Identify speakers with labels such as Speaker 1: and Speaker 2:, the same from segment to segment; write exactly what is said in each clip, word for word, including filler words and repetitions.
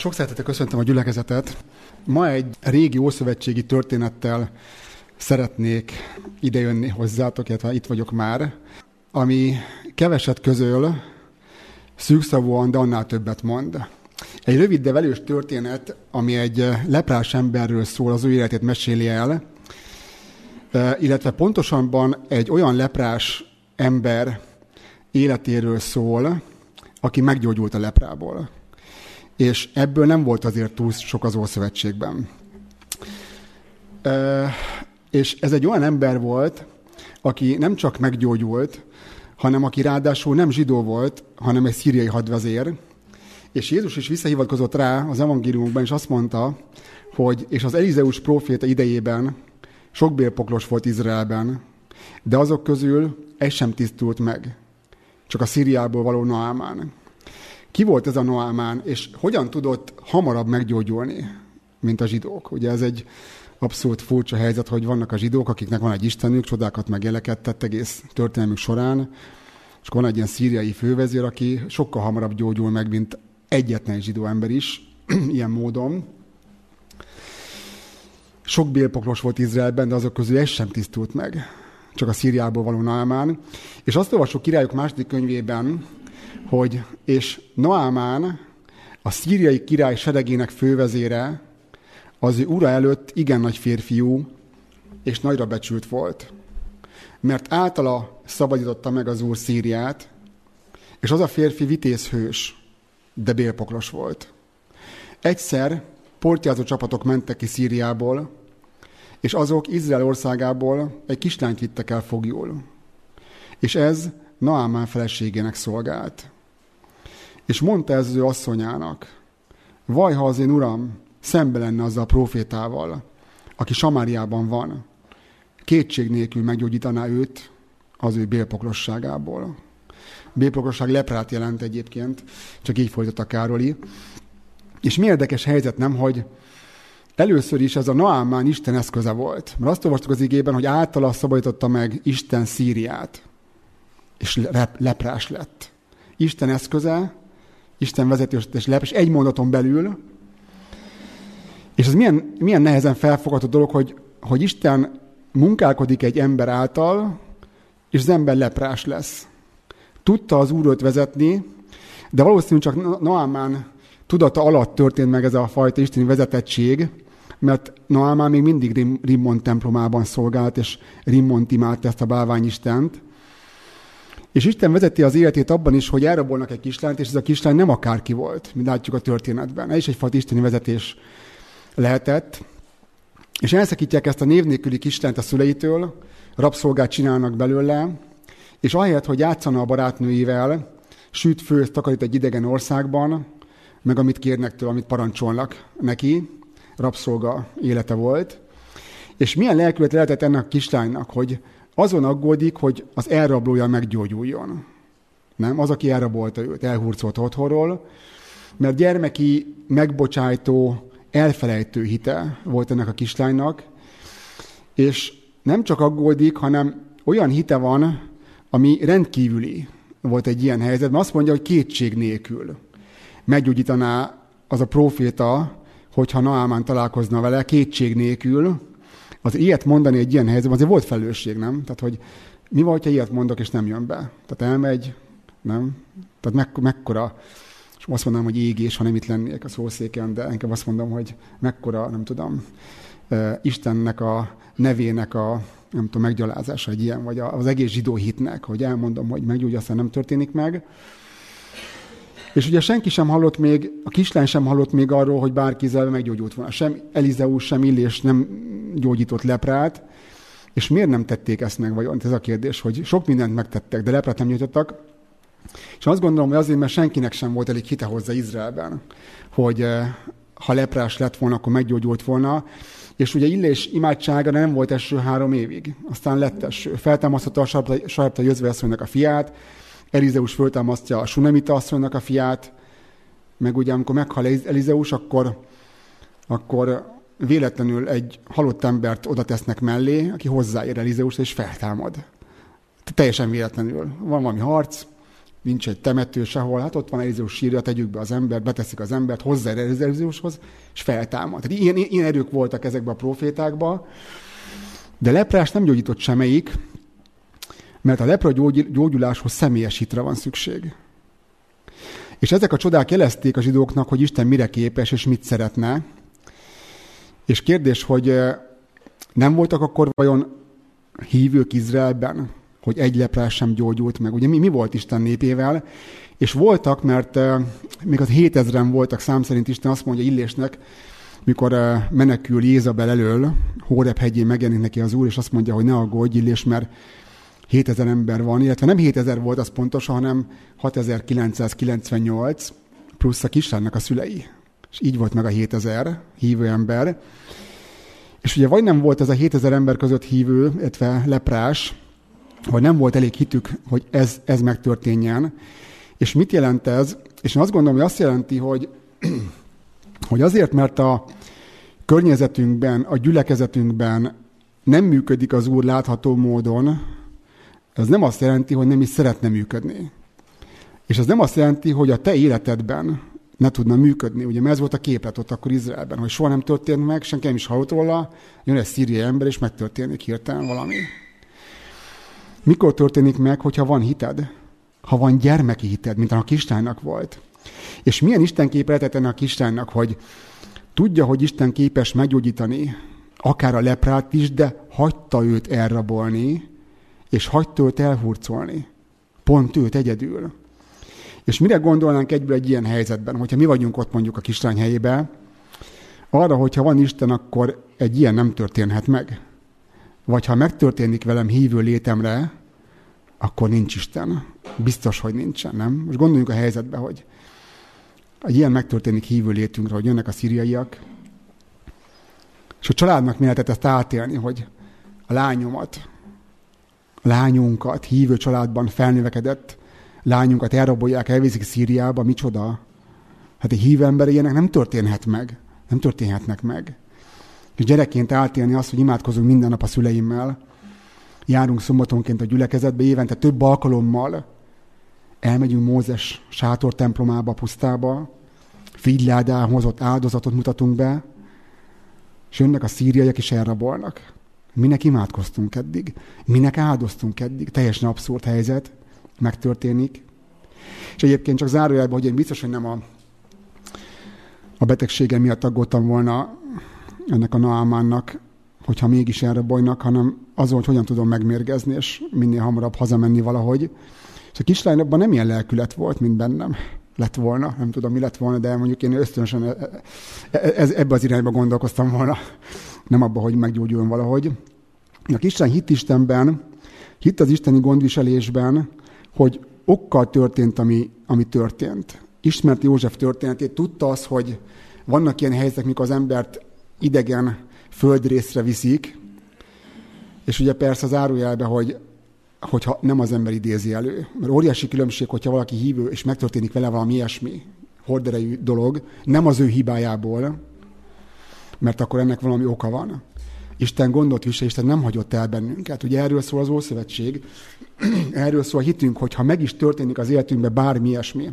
Speaker 1: Sok szeretettel köszöntöm a gyülekezetet. Ma egy régi ószövetségi történettel szeretnék idejönni hozzátok, illetve itt vagyok már, ami keveset közöl, szűkszavúan, de annál többet mond. Egy rövid, de velős történet, ami egy leprás emberről szól, az ő életét meséli el, illetve pontosabban egy olyan leprás ember életéről szól, aki meggyógyult a leprából. És ebből nem volt azért túl sok az Ószövetségben. E, és ez egy olyan ember volt, aki nem csak meggyógyult, hanem aki ráadásul nem zsidó volt, hanem egy szíriai hadvezér. És Jézus is visszahivatkozott rá az evangéliumokban, és azt mondta, hogy és az Elizeus próféta idejében sok bélpoklos volt Izraelben, de azok közül egy sem tisztult meg, csak a Szíriából való Naámán. Ki volt ez a Naámán, és hogyan tudott hamarabb meggyógyulni, mint a zsidók? Ugye ez egy abszolút furcsa helyzet, hogy vannak a zsidók, akiknek van egy istenük, csodákat meg jeleket tett egész történelmük során, és akkor van egy ilyen szíriai fővezér, aki sokkal hamarabb gyógyul meg, mint egyetlen zsidó ember is, ilyen módon. Sok bélpoklos volt Izraelben, de azok közül egy sem tisztult meg, csak a Szíriából való Naámán. És azt olvassuk Királyok második könyvében, hogy és Naámán, a szíriai király seregének fővezére, az ő ura előtt igen nagy férfiú, és nagyra becsült volt. Mert általa szabadította meg az úr Szíriát, és az a férfi vitézhős, de bélpoklos volt. Egyszer portyázó csapatok mentek ki Szíriából, és azok Izrael országából egy kislányt vittek el foglyul. És ez Naámán feleségének szolgált. És mondta ez az ő asszonyának, vaj, ha az én uram szembe lenne azzal a prófétával, aki Samáriában van, kétség nélkül meggyógyítaná őt az ő bélpoklosságából. Bélpoklosság leprát jelent egyébként, csak így folytatta Károli. És mi érdekes helyzet, nem, hogy először is ez a Naámán Isten eszköze volt. Mert azt olvastuk az igében, hogy általa szabadította meg Isten Szíriát, és leprás lett. Isten eszköze, Isten vezetés és leprás egy mondaton belül, és ez milyen, milyen nehezen felfogható dolog, hogy, hogy Isten munkálkodik egy ember által, és az ember leprás lesz. Tudta az Úr őt vezetni, de valószínűleg csak Naámán tudata alatt történt meg ez a fajta isteni vezetettség, mert Naámán még mindig Rimmon templomában szolgált, és Rimmont imádta ezt a bálványistent. És Isten vezeti az életét abban is, hogy elrabolnak egy kislányt, és ez a kislány nem akárki volt, mint látjuk a történetben. Ez is egyfajta isteni vezetés lehetett. És elszakítják ezt a név nélküli kislányt a szüleitől, rabszolgát csinálnak belőle, és ahelyett, hogy játszana a barátnőivel, süt, főz, takarít egy idegen országban, meg amit kérnek tőle, amit parancsolnak neki, rabszolga élete volt. És milyen lelkület lehetett ennek a kislánynak, hogy azon aggódik, hogy az elrablója meggyógyuljon. Nem? Az, aki elrabolta őt, elhurcolt otthonról, mert gyermeki, megbocsájtó, elfelejtő hite volt ennek a kislánynak, és nem csak aggódik, hanem olyan hite van, ami rendkívüli volt egy ilyen helyzetben. Azt mondja, hogy kétség nélkül meggyógyítaná az a próféta, hogyha Naámán találkozna vele, kétség nélkül. Az ilyet mondani egy ilyen helyzetben, azért volt felelősség, nem? Tehát, hogy mi van, ha ilyet mondok, és nem jön be? Tehát elmegy, nem? Tehát meg, mekkora, és azt mondanám, hogy égés, ha nem itt lennék a szószéken, de inkább azt mondom, hogy mekkora, nem tudom, Istennek a nevének a, nem tudom, meggyalázása egy ilyen, vagy az egész zsidó hitnek, hogy elmondom, hogy meggyógyul, aztán nem történik meg. És ugye senki sem hallott még, a kislány sem hallott még arról, hogy bárki Izraelben meggyógyult volna. Sem Elizeus, sem Illés nem gyógyított leprát, és miért nem tették ezt meg, vajon? Ez a kérdés, hogy sok mindent megtettek, de leprát nem gyógyítottak. És azt gondolom, hogy azért, mert senkinek sem volt elég hite hozzá Izraelben, hogy ha leprás lett volna, akkor meggyógyult volna. És ugye Illés imádsága nem volt eső három évig. Aztán lett eső. Feltámasztotta a Sarepta Jözve asszonynak a fiát, Elizeus föltámasztja a Sunemita asszonynak a fiát, meg ugye amikor meghal Elizeus, akkor, akkor véletlenül egy halott embert oda tesznek mellé, aki hozzáér Elizeusra, és feltámad. Teljesen véletlenül. Van valami harc, nincs egy temető sehol, hát ott van Elizeus sírja, tegyük be az embert, beteszik az embert hozzá Elizeushoz, és feltámad. Tehát ilyen, ilyen erők voltak ezekben a profétákban, de leprás nem gyógyított semmelyik, mert a lepra gyógyuláshoz személyes hitre van szükség. És ezek a csodák jelezték a zsidóknak, hogy Isten mire képes és mit szeretne. És kérdés, hogy nem voltak akkor vajon hívők Izraelben, hogy egy leprás sem gyógyult meg. Ugye mi, mi volt Isten népével? És voltak, mert még az hétezren voltak, szám szerint Isten azt mondja Illésnek, mikor menekül Jézabel elől, Hóreb hegyén megjelenik neki az Úr, és azt mondja, hogy ne aggódj, Illés, mert hétezer ember van, illetve nem hétezer volt az pontosan, hanem hatezer-kilencszázkilencvennyolc plusz a kislánynak a szülei. És így volt meg a hétezer hívő ember. És ugye vagy nem volt ez a hétezer ember között hívő, illetve leprás, vagy nem volt elég hitük, hogy ez, ez megtörténjen. És mit jelent ez? És én azt gondolom, hogy azt jelenti, hogy, hogy azért, mert a környezetünkben, a gyülekezetünkben nem működik az Úr látható módon, ez nem azt jelenti, hogy nem is szeretne működni. És ez nem azt jelenti, hogy a te életedben ne tudna működni. Ugye, mert ez volt a képlet ott akkor Izraelben, hogy soha nem történt meg, senki nem is hallott róla, jön egy szíriai ember, és megtörténik hirtelen valami. Mikor történik meg, hogyha van hited? Ha van gyermeki hited, mint a kislánynak volt. És milyen Isten kép lehetett ennek a kislánynak, hogy tudja, hogy Isten képes meggyógyítani akár a leprát is, de hagyta őt elrabolni, és hagyta őt elhurcolni. Pont őt egyedül. És mire gondolnánk egyből egy ilyen helyzetben, hogyha mi vagyunk ott mondjuk a kislány helyébe, arra, hogyha van Isten, akkor egy ilyen nem történhet meg. Vagy ha megtörténik velem hívő létemre, akkor nincs Isten. Biztos, hogy nincsen, nem? Most gondoljunk a helyzetbe, hogy egy ilyen megtörténik hívő létünkre, hogy jönnek a szíriaiak, és a családnak mi lehetett ezt átélni, hogy a lányomat, a lányunkat hívő családban felnövekedett lányunkat elrabolják, elviszik Szíriába, micsoda? Hát egy hívő ember ilyenek nem történhet meg. Nem történhetnek meg. És gyerekként átélni azt, hogy imádkozunk minden nap a szüleimmel, járunk szombatonként a gyülekezetbe, évente több alkalommal elmegyünk Mózes sátor templomába, pusztába, figyládán hozott áldozatot mutatunk be, és jönnek a szíriaiak és elrabolnak. Minek imádkoztunk eddig? Minek áldoztunk eddig? Teljesen abszurd helyzet megtörténik. És egyébként csak zárójelben, hogy én biztos, hogy nem a, a betegsége miatt aggódtam volna ennek a Naamánnak, hogyha mégis elrabolnak, hanem azon, hogy hogyan tudom megmérgezni, és minél hamarabb hazamenni valahogy. És a kislányokban nem ilyen lelkület volt, mint bennem lett volna. Nem tudom, mi lett volna, de mondjuk én ösztönösen ez, ebbe az irányba gondolkoztam volna. Nem abba, hogy meggyógyuljon valahogy. A kislány hitt Istenben, hitt az isteni gondviselésben, hogy okkal történt, ami, ami történt. Ismerte József történetét, tudta az, hogy vannak ilyen helyzetek, mikor az embert idegen földrészre viszik, és ugye persze az árujelbe, hogy hogyha nem az ember idézi elő. Mert óriási különbség, hogyha valaki hívő, és megtörténik vele valami ilyesmi horderejű dolog, nem az ő hibájából, mert akkor ennek valami oka van. Isten gondot visel, Isten nem hagyott el bennünket. Ugye erről szól az Ószövetség, erről szól a hitünk, hogy ha meg is történik az életünkben bármi ilyesmi,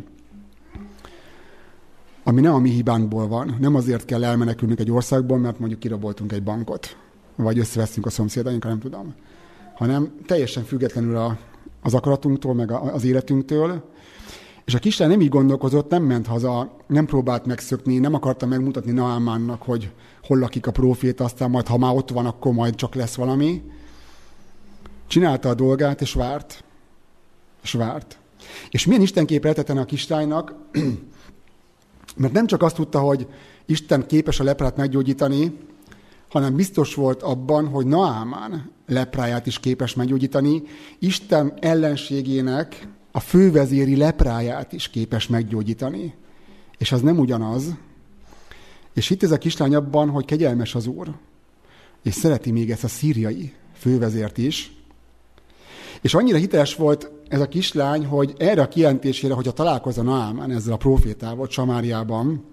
Speaker 1: ami nem a mi hibánkból van, nem azért kell elmenekülnünk egy országból, mert mondjuk kiraboltunk egy bankot, vagy összevesztünk a szomszédainkkal, nem tudom, hanem teljesen függetlenül a, az akaratunktól, meg a, az életünktől. És a kislány nem így gondolkozott, nem ment haza, nem próbált megszökni, nem akarta megmutatni Naamánnak, hogy hol lakik a próféta, aztán majd, ha már ott van, akkor majd csak lesz valami. Csinálta a dolgát, és várt. És várt. És milyen istenkép lehetett a kislánynak? Mert nem csak azt tudta, hogy Isten képes a leprát meggyógyítani, hanem biztos volt abban, hogy Naamán lepráját is képes meggyógyítani, Isten ellenségének a fővezéri lepráját is képes meggyógyítani. És az nem ugyanaz. És itt ez a kislány abban, hogy kegyelmes az Úr, és szereti még ezt a szíriai fővezért is. És annyira hiteles volt ez a kislány, hogy erre a kijelentésére, hogyha találkozza Naamán ezzel a prófétával Samáriában,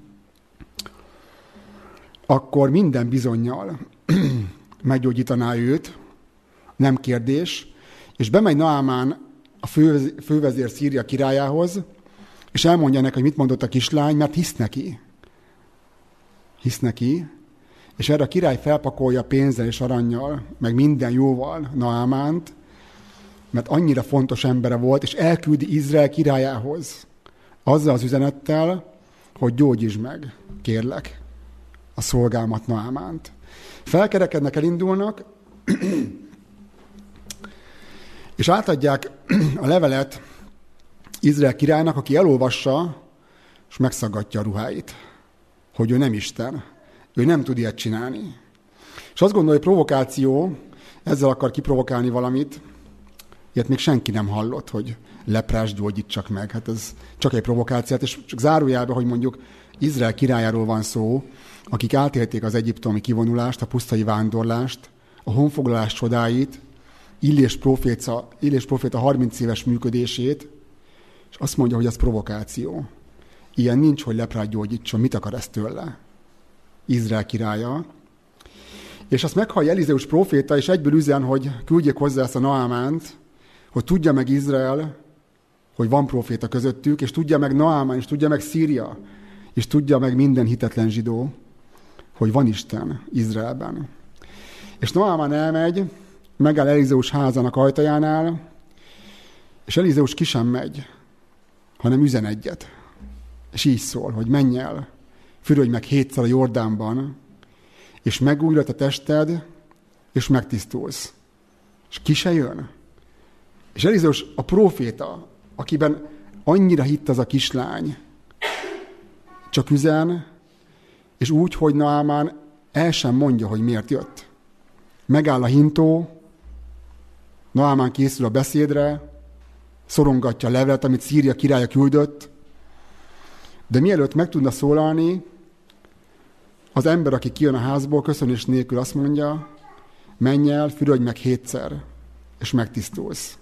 Speaker 1: akkor minden bizonnyal meggyógyítaná őt, nem kérdés, és bemegy Naamán a fő, fővezér Szíria királyához, és elmondja neki, hogy mit mondott a kislány, mert hisz neki. Hisz neki, és erre a király felpakolja pénzzel és arannyal, meg minden jóval Naamánt, mert annyira fontos embere volt, és elküldi Izrael királyához azzal az üzenettel, hogy gyógyítsd meg, kérlek, a szolgámat Naamánt. Felkerekednek, elindulnak, és átadják a levelet Izrael királynak, aki elolvassa, és megszaggatja a ruháit, hogy ő nem Isten, ő nem tud ilyet csinálni. És azt gondolja, hogy provokáció, ezzel akar kiprovokálni valamit, ilyet még senki nem hallott, hogy leprás gyógyítsak meg. Hát ez csak egy provokáció, és csak zárójelbe, hogy mondjuk Izrael királyáról van szó, akik átélték az egyiptomi kivonulást, a pusztai vándorlást, a honfoglalás csodáit, Illés proféta, Illés proféta harminc éves működését, és azt mondja, hogy ez provokáció. Ilyen nincs, hogy leprát gyógyítson. Mit akar ezt tőle? Izrael királya. És azt meghallja Elizeus proféta, és egyből üzen, hogy küldjék hozzá ezt a Naamánt, hogy tudja meg Izrael, hogy van proféta közöttük, és tudja meg Naamán, és tudja meg Szíria, és tudja meg minden hitetlen zsidó, hogy van Isten Izraelben. És Naamán elmegy, megáll Elizeus házának ajtajánál, és Elizeus ki sem megy, hanem üzen egyet. És így szól, hogy menj el, fürödj meg hétszer a Jordánban, és megújult a tested, és megtisztulsz. És ki se jön. És Elizeus a próféta, akiben annyira hitt az a kislány, csak üzen, és úgy, hogy Naamán el sem mondja, hogy miért jött. Megáll a hintó, Naamán készül a beszédre, szorongatja a levelet, amit Szíria királya küldött, de mielőtt meg tudna szólalni, az ember, aki kijön a házból, köszönés nélkül azt mondja, menj el, fürödj meg hétszer, és megtisztulsz.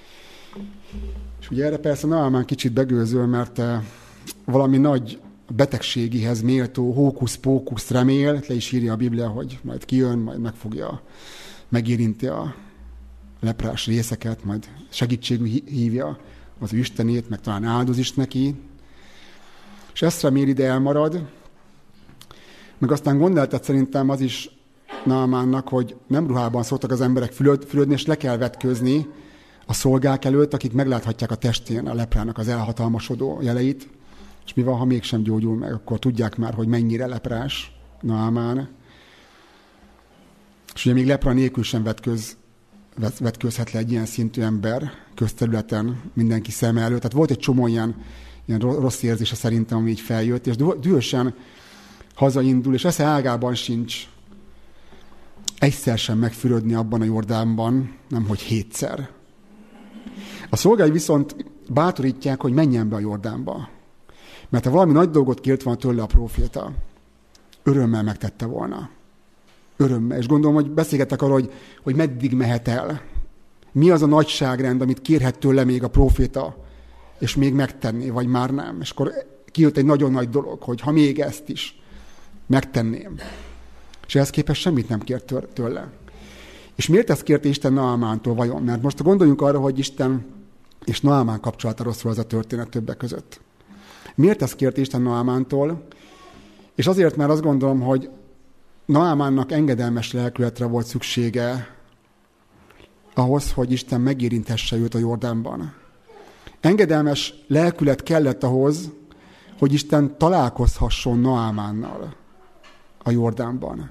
Speaker 1: És ugye erre persze Naamán kicsit begőzöl, mert valami nagy betegségihez méltó hókusz-pókusz remél, le is írja a Biblia, hogy majd kijön, majd megfogja, megérinti a leprás részeket, majd segítségül hívja az ő istenét, meg talán áldoz is neki. És ezt reméli, de elmarad. Meg aztán gondoltad szerintem az is Naamánnak, hogy nem ruhában szoktak az emberek füröd, fürödni, és le kell vetkőzni a szolgák előtt, akik megláthatják a testén a leprának az elhatalmasodó jeleit, és mi van, ha mégsem gyógyul meg, akkor tudják már, hogy mennyire leprás Naamán. És ugye még lepra nélkül sem vetköz, vetkőzhet le egy ilyen szintű ember közterületen mindenki szeme előtt. Tehát volt egy csomó ilyen, ilyen rossz érzése szerintem, ami így feljött, és dühösen hazaindul, és esze ágában sincs egyszer sem megfürödni abban a Jordánban, nemhogy hétszer. A szolgái viszont bátorítják, hogy menjen be a Jordánba. Mert ha valami nagy dolgot kért volna tőle a próféta, örömmel megtette volna. Örömmel. És gondolom, hogy beszélgettek arról, hogy, hogy meddig mehet el. Mi az a nagyságrend, amit kérhet tőle még a próféta, és még megtenné, vagy már nem. És akkor kijött egy nagyon nagy dolog, hogy ha még ezt is megtenném. És ehhez képest semmit nem kért tőle. És miért ezt kérte Isten Naamántól vajon? Mert most gondoljunk arra, hogy Isten és Naamán kapcsolata rosszul az a történet többek között. Miért ezt kérte Isten Naamántól? És azért, mert azt gondolom, hogy Naamánnak engedelmes lelkületre volt szüksége ahhoz, hogy Isten megérinthesse őt a Jordánban. Engedelmes lelkület kellett ahhoz, hogy Isten találkozhasson Naamánnal a Jordánban.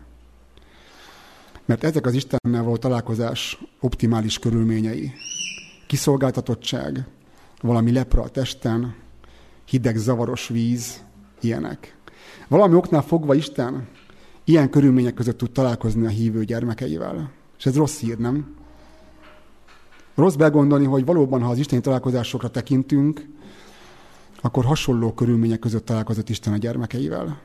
Speaker 1: Mert ezek az Istennel való találkozás optimális körülményei. Kiszolgáltatottság, valami lepra a testen, hideg, zavaros víz, ilyenek. Valami oknál fogva Isten ilyen körülmények között tud találkozni a hívő gyermekeivel. És ez rossz hír, nem? Rossz begondolni, hogy valóban, ha az isteni találkozásokra tekintünk, akkor hasonló körülmények között találkozott Isten a gyermekeivel.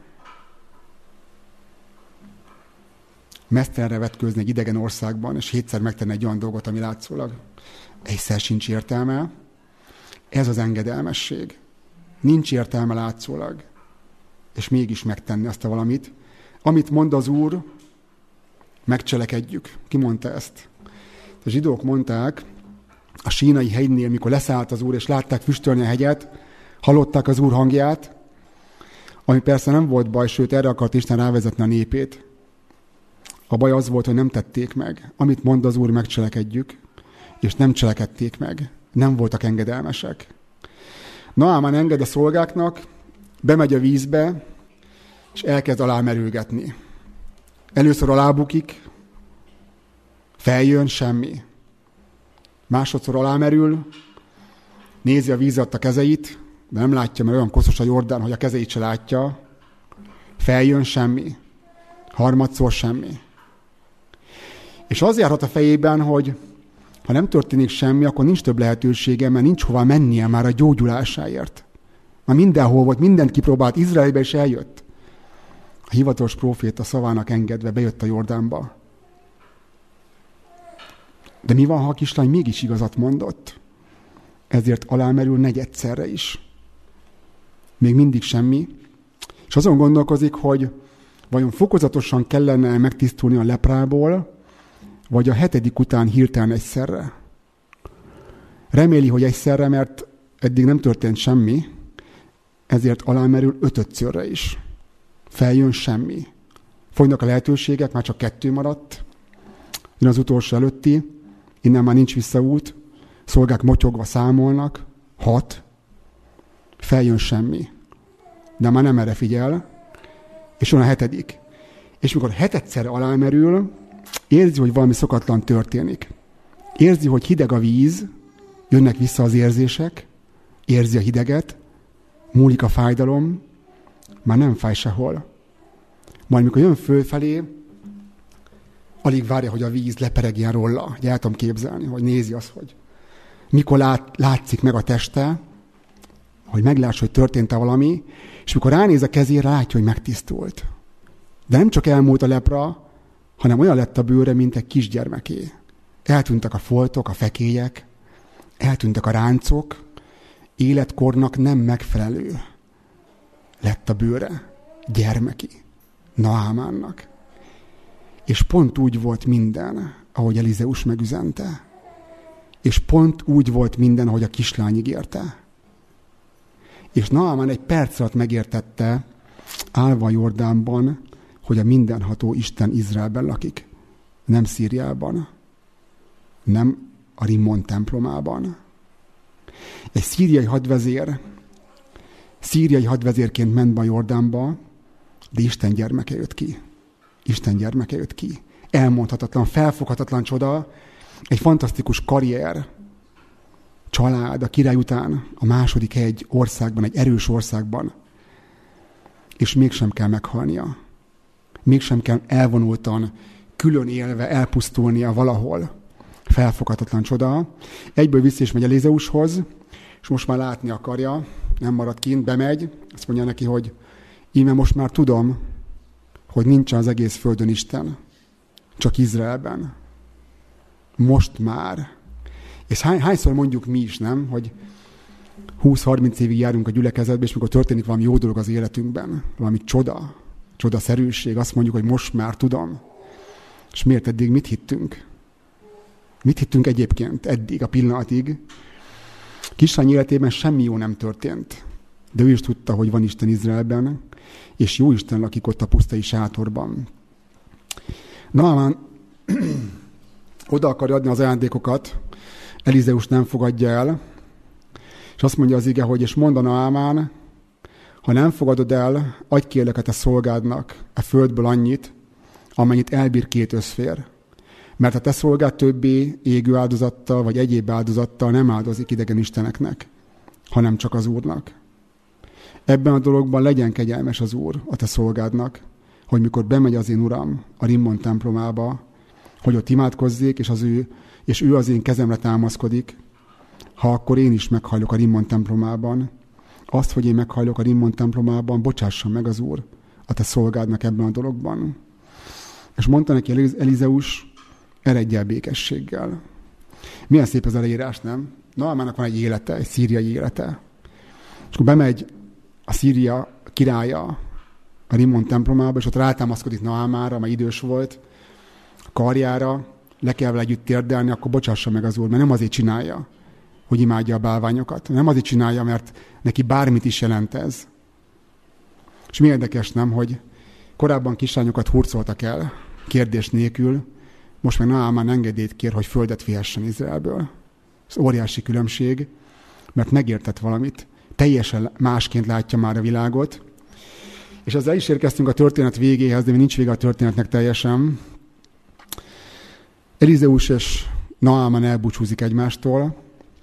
Speaker 1: Mesztelenre vetkőzni egy idegen országban, és hétszer megtenni egy olyan dolgot, ami látszólag egyszer sincs értelme. Ez az engedelmesség. Nincs értelme látszólag, és mégis megtenni azt a valamit. Amit mond az Úr, megcselekedjük. Ki mondta ezt? A zsidók mondták, a sínai hegynél, mikor leszállt az Úr, és látták füstölni a hegyet, hallották az Úr hangját, ami persze nem volt baj, sőt, erre akart Isten rávezetni a népét. A baj az volt, hogy nem tették meg. Amit mond az Úr, megcselekedjük, és nem cselekedték meg. Nem voltak engedelmesek. Naámán enged a szolgáknak, bemegy a vízbe, és elkezd alámerülgetni. Először alábukik, feljön, semmi. Másodszor alámerül, nézi a víz alatt a kezeit, de nem látja, mert olyan koszos a Jordán, hogy a kezeit se látja. Feljön, semmi. Harmadszor semmi. És az járhat a fejében, hogy ha nem történik semmi, akkor nincs több lehetősége, mert nincs hova mennie már a gyógyulásáért. Már mindenhol volt, mindent kipróbált, Izraelbe is eljött. A hivatalos próféta szavának engedve bejött a Jordánba. De mi van, ha a kislány mégis igazat mondott? Ezért alámerül negyedszerre is. Még mindig semmi. És azon gondolkozik, hogy vajon fokozatosan kellene megtisztulni a leprából, vagy a hetedik után hirtelen egyszerre. Reméli, hogy egyszerre, mert eddig nem történt semmi, ezért alámerül ötödszörre is. Feljön semmi. Fogynak a lehetőségek, már csak kettő maradt. Jön az utolsó előtti, innen már nincs visszaút. Szolgák motyogva számolnak. Hat. Feljön semmi. De már nem erre figyel. És jön a hetedik. És mikor hetedszerre alámerül, érzi, hogy valami szokatlan történik. Érzi, hogy hideg a víz, jönnek vissza az érzések, érzi a hideget, múlik a fájdalom, már nem fáj sehol. Majd mikor jön fölfelé, alig várja, hogy a víz leperegjen róla. Ugye el tudom képzelni, hogy nézi azt, hogy mikor lát, látszik meg a teste, hogy meglássa, hogy történt-e valami, és mikor ránéz a kezére, látja, hogy megtisztult. De nem csak elmúlt a lepra, hanem olyan lett a bőre, mint egy kisgyermeké. Eltűntek a foltok, a fekélyek, eltűntek a ráncok, életkornak nem megfelelő lett a bőre, gyermeki, Naámánnak. És pont úgy volt minden, ahogy Elizeus megüzente. És pont úgy volt minden, ahogy a kislány ígérte. És Naámán egy perc alatt megértette, állva a Jordánban, hogy a mindenható Isten Izraelben lakik. Nem Szíriában. Nem a Rimmon templomában. Egy szíriai hadvezér, szíriai hadvezérként ment be a Jordánba, de Isten gyermeke jött ki. Isten gyermeke jött ki. Elmondhatatlan, felfoghatatlan csoda, egy fantasztikus karrier, család, a király után a második egy országban, egy erős országban, és mégsem kell meghalnia. Mégsem kell elvonultan, külön élve elpusztulnia valahol. Felfoghatatlan csoda. Egyből vissza is megy Elizeushoz, és most már látni akarja, nem marad kint, bemegy, azt mondja neki, hogy íme most már tudom, hogy nincsen az egész földön Isten, csak Izraelben. Most már. És hány, hányszor mondjuk mi is, nem, hogy húsz-harminc évig járunk a gyülekezetbe, és mikor történik valami jó dolog az életünkben, valami csoda, csodaszerűség, azt mondjuk, hogy most már tudom. És miért eddig mit hittünk? Mit hittünk egyébként eddig, a pillanatig? Kislány életében semmi jó nem történt. De ő is tudta, hogy van Isten Izraelben, és jó Isten lakik ott a pusztai sátorban. Naamán oda akarja adni az ajándékokat, Elizeus nem fogadja el, és azt mondja az ige, hogy és mondd Naamán, ha nem fogadod el, adj kérlek a te szolgádnak a földből annyit, amennyit elbír két összfér. Mert a te szolgád többé égő áldozattal, vagy egyéb áldozattal nem áldozik idegen isteneknek, hanem csak az Úrnak. Ebben a dologban legyen kegyelmes az Úr a te szolgádnak, hogy mikor bemegy az én uram a Rimmon templomába, hogy ott imádkozzék, és, az ő, és ő az én kezemre támaszkodik, ha akkor én is meghajlok a Rimmon templomában. Azt, hogy én meghajlok a Rimmon templomában, bocsásson meg az Úr a te szolgádnak ebben a dologban. És mondta neki Elizeus, eredj el békességgel. Milyen szép ez a leírás, nem? Naamának van egy élete, egy szíriai élete. És akkor bemegy a Szíria királya a Rimmon templomába, és ott rátámaszkodik Naamára, amely idős volt, a karjára, le kell vele együtt térdelni, akkor bocsássa meg az Úr, mert nem azért csinálja, hogy imádja a bálványokat. Nem azért csinálja, mert neki bármit is jelent ez. És mi érdekes, nem, hogy korábban kislányokat hurcoltak el, kérdés nélkül, most meg Naamán engedélyt kér, hogy földet vihessen Izraelből. Ez óriási különbség, mert megértett valamit. Teljesen másként látja már a világot. És ezzel is érkeztünk a történet végéhez, de még nincs vége a történetnek teljesen. Elizeus és Naamán elbúcsúzik egymástól.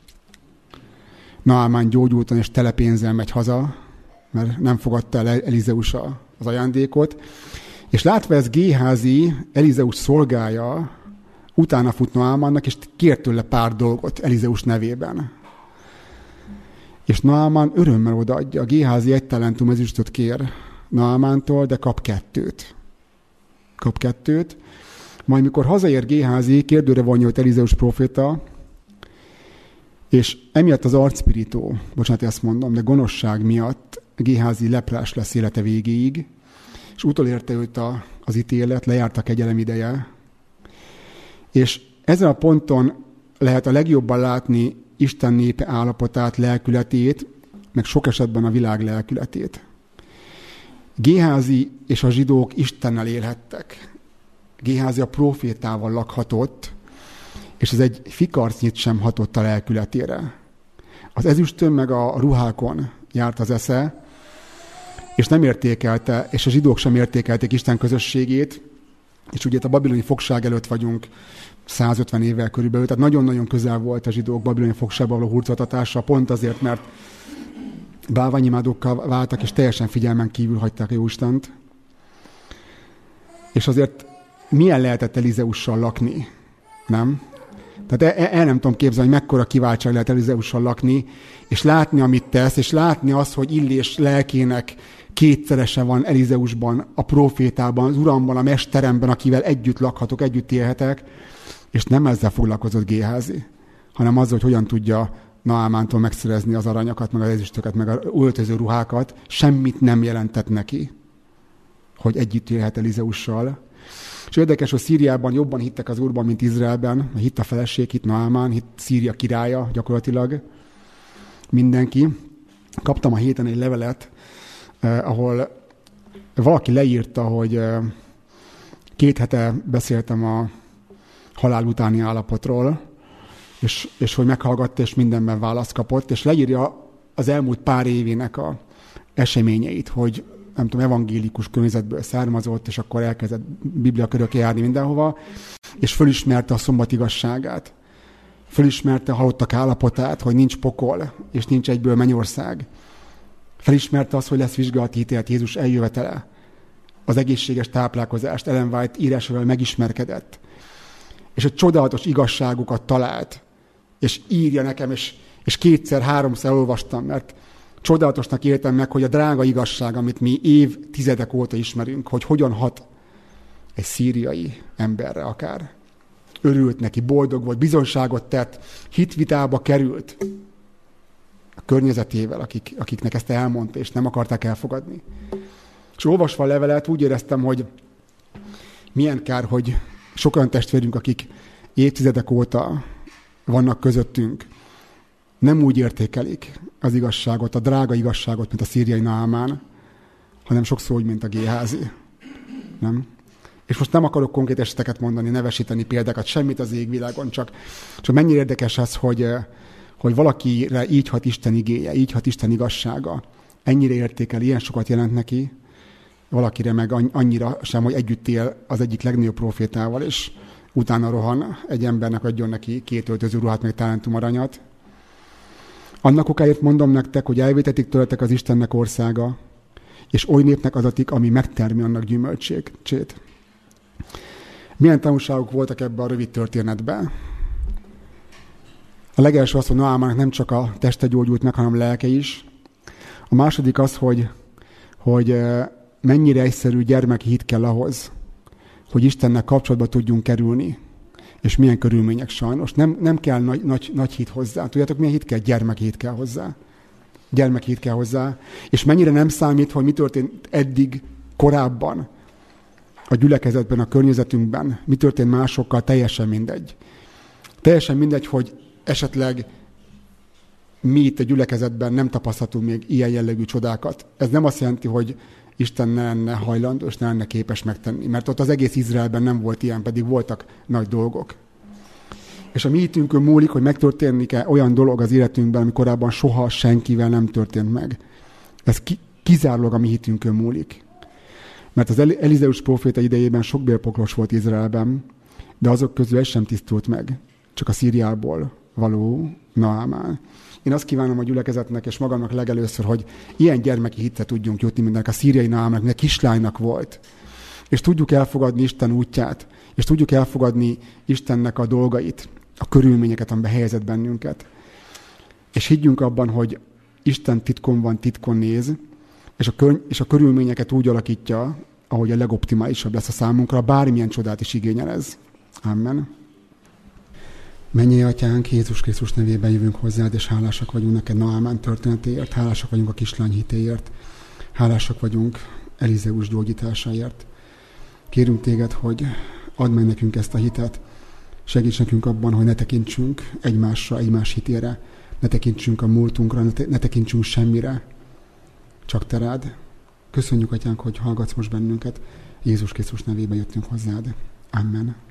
Speaker 1: Naamán gyógyultan és tele pénzzel megy haza, mert nem fogadta el Elizeus az ajándékot. És látva ez Géházi, Elizeus szolgája, utána fut Naamánnak, és kér tőle pár dolgot Elizeus nevében. És Naamán örömmel odaadja. Géházi egy talentum ezüstöt kér Naamántól, de kap kettőt. Kap kettőt. Majd mikor hazaér Géházi, kérdőre vonja őt Elizeus próféta, és emiatt az arcpirító, bocsánat, ezt mondom, de gonoszság miatt Géházi leprás lesz élete végéig, és utolérte őt a, az ítélet, lejárt a kegyelem ideje. És ezen a ponton lehet a legjobban látni Isten népe állapotát, lelkületét, meg sok esetben a világ lelkületét. Géházi és a zsidók Istennel élhettek. Géházi a prófétával lakhatott, és ez egy fikarcnyit sem hatott a lelkületére. Az ezüstön meg a ruhákon járt az esze, és nem értékelte, és a zsidók sem értékelték Isten közösségét, és ugye itt a babiloni fogság előtt vagyunk százötven évvel körülbelül, tehát nagyon-nagyon közel volt a zsidók babiloni fogságba való hurcoltatása, pont azért, mert bálványimádókkal váltak, és teljesen figyelmen kívül hagyták a Jóistent. És azért milyen lehetett Elizeussal lakni, nem? Tehát el, el nem tudom képzelni, hogy mekkora kiváltság lehet Elizeussal lakni, és látni, amit tesz, és látni azt, hogy Illés lelkének kétszerese van Elizeusban, a prófétában, az uramban, a mesteremben, akivel együtt lakhatok, együtt élhetek, és nem ezzel foglalkozott Géházi, hanem azzal, hogy hogyan tudja Naamántól megszerezni az aranyakat, meg az ezüstöket, meg a öltöző ruhákat. Semmit nem jelentett neki, hogy együtt élhet Elizeussal. És érdekes, hogy Szíriában jobban hittek az Úrban, mint Izraelben. Hitt a feleség, hitt Naamán, hitt Szíria királya gyakorlatilag. Mindenki. Kaptam a héten egy levelet, eh, ahol valaki leírta, hogy eh, két hete beszéltem a halál utáni állapotról, és, és hogy meghallgatta, és mindenben választ kapott, és leírja az elmúlt pár évének a eseményeit, hogy nem tudom, evangélikus környezetből származott, és akkor elkezdett bibliakörökre járni mindenhova, és fölismerte a szombat igazságát. Fölismerte a halottak állapotát, hogy nincs pokol, és nincs egyből mennyország. Felismerte azt, hogy lesz vizsgálati ítélet, Jézus eljövetele. Az egészséges táplálkozást, Ellen White írásával megismerkedett. És egy csodálatos igazságokat talált, és írja nekem, és, és kétszer, háromszor olvastam, mert csodálatosnak éltem meg, hogy a drága igazság, amit mi évtizedek óta ismerünk, hogy hogyan hat egy szíriai emberre akár. Örült neki, boldog volt, bizonyságot tett, hitvitába került a környezetével, akik, akiknek ezt elmondta, és nem akarták elfogadni. És olvasva a levelet úgy éreztem, hogy milyen kár, hogy sok olyan testvérünk, akik évtizedek óta vannak közöttünk, nem úgy értékelik az igazságot, a drága igazságot, mint a szíriai Naamán, hanem sokszor úgy, mint a Géházi. Nem? És most nem akarok konkrét eseteket mondani, nevesíteni példákat, semmit az égvilágon, csak, csak mennyire érdekes az, hogy, hogy valakire így hat Isten igéje, így hat Isten igazsága, ennyire értékel, ilyen sokat jelent neki, valakire meg annyira sem, hogy együtt él az egyik legnagyobb profétával, és utána rohan egy embernek, adjon neki két öltöző ruhát, meg talentum aranyat. Annak okáért mondom nektek, hogy elvétetik tőletek az Istennek országa, és oly népnek adatik, ami megtermi annak gyümölcsét. Milyen tanulságok voltak ebben a rövid történetben? A legelső az, hogy Naamánnak nem csak a teste gyógyult meg, hanem a lelke is. A második az, hogy, hogy mennyire egyszerű gyermeki hit kell ahhoz, hogy Istennek kapcsolatba tudjunk kerülni. És milyen körülmények sajnos. Nem, nem kell nagy, nagy, nagy hit hozzá. Tudjátok, milyen hit kell? Gyermeki hit kell hozzá. Gyermeki hit kell hozzá. És mennyire nem számít, hogy mi történt eddig, korábban. a gyülekezetben, a környezetünkben, mi történt másokkal, teljesen mindegy. Teljesen mindegy, hogy esetleg mi itt a gyülekezetben nem tapasztaltunk még ilyen jellegű csodákat. Ez nem azt jelenti, hogy Isten ne lenne hajlandó, és ne lenne képes megtenni. Mert ott az egész Izraelben nem volt ilyen, pedig voltak nagy dolgok. És a mi hitünkön múlik, hogy megtörténik-e olyan dolog az életünkben, ami korábban soha senkivel nem történt meg. Ez ki, kizárólag a mi hitünkön múlik. Mert az Elizeus próféta idejében sok bélpoklos volt Izraelben, de azok közül egy sem tisztult meg. Csak a Szíriából való Naamán. Én azt kívánom a gyülekezetnek és magamnak legelőször, hogy ilyen gyermeki hitre tudjunk jutni mindenek. A szíriai Naamánnak, mert kislánynak volt. És tudjuk elfogadni Isten útját, és tudjuk elfogadni Istennek a dolgait, a körülményeket, amiben helyezett bennünket. És higgyünk abban, hogy Isten titkon van, titkon néz, és a, kör, és a körülményeket úgy alakítja, ahogy a legoptimálisabb lesz a számunkra, bármilyen csodát is igényel ez. Amen. Mennyei Atyánk, Jézus Krisztus nevében jövünk hozzád, és hálásak vagyunk neked Naamán történetéért, hálásak vagyunk a kislány hitéért, hálásak vagyunk Elizeus gyógyításáért. Kérünk téged, hogy add meg nekünk ezt a hitet, segíts nekünk abban, hogy ne tekintsünk egymásra, egymás hitére, ne tekintsünk a múltunkra, ne, te- ne tekintsünk semmire, csak te rád. Köszönjük, Atyánk, hogy hallgatsz most bennünket. Jézus Krisztus nevében jöttünk hozzád. Amen.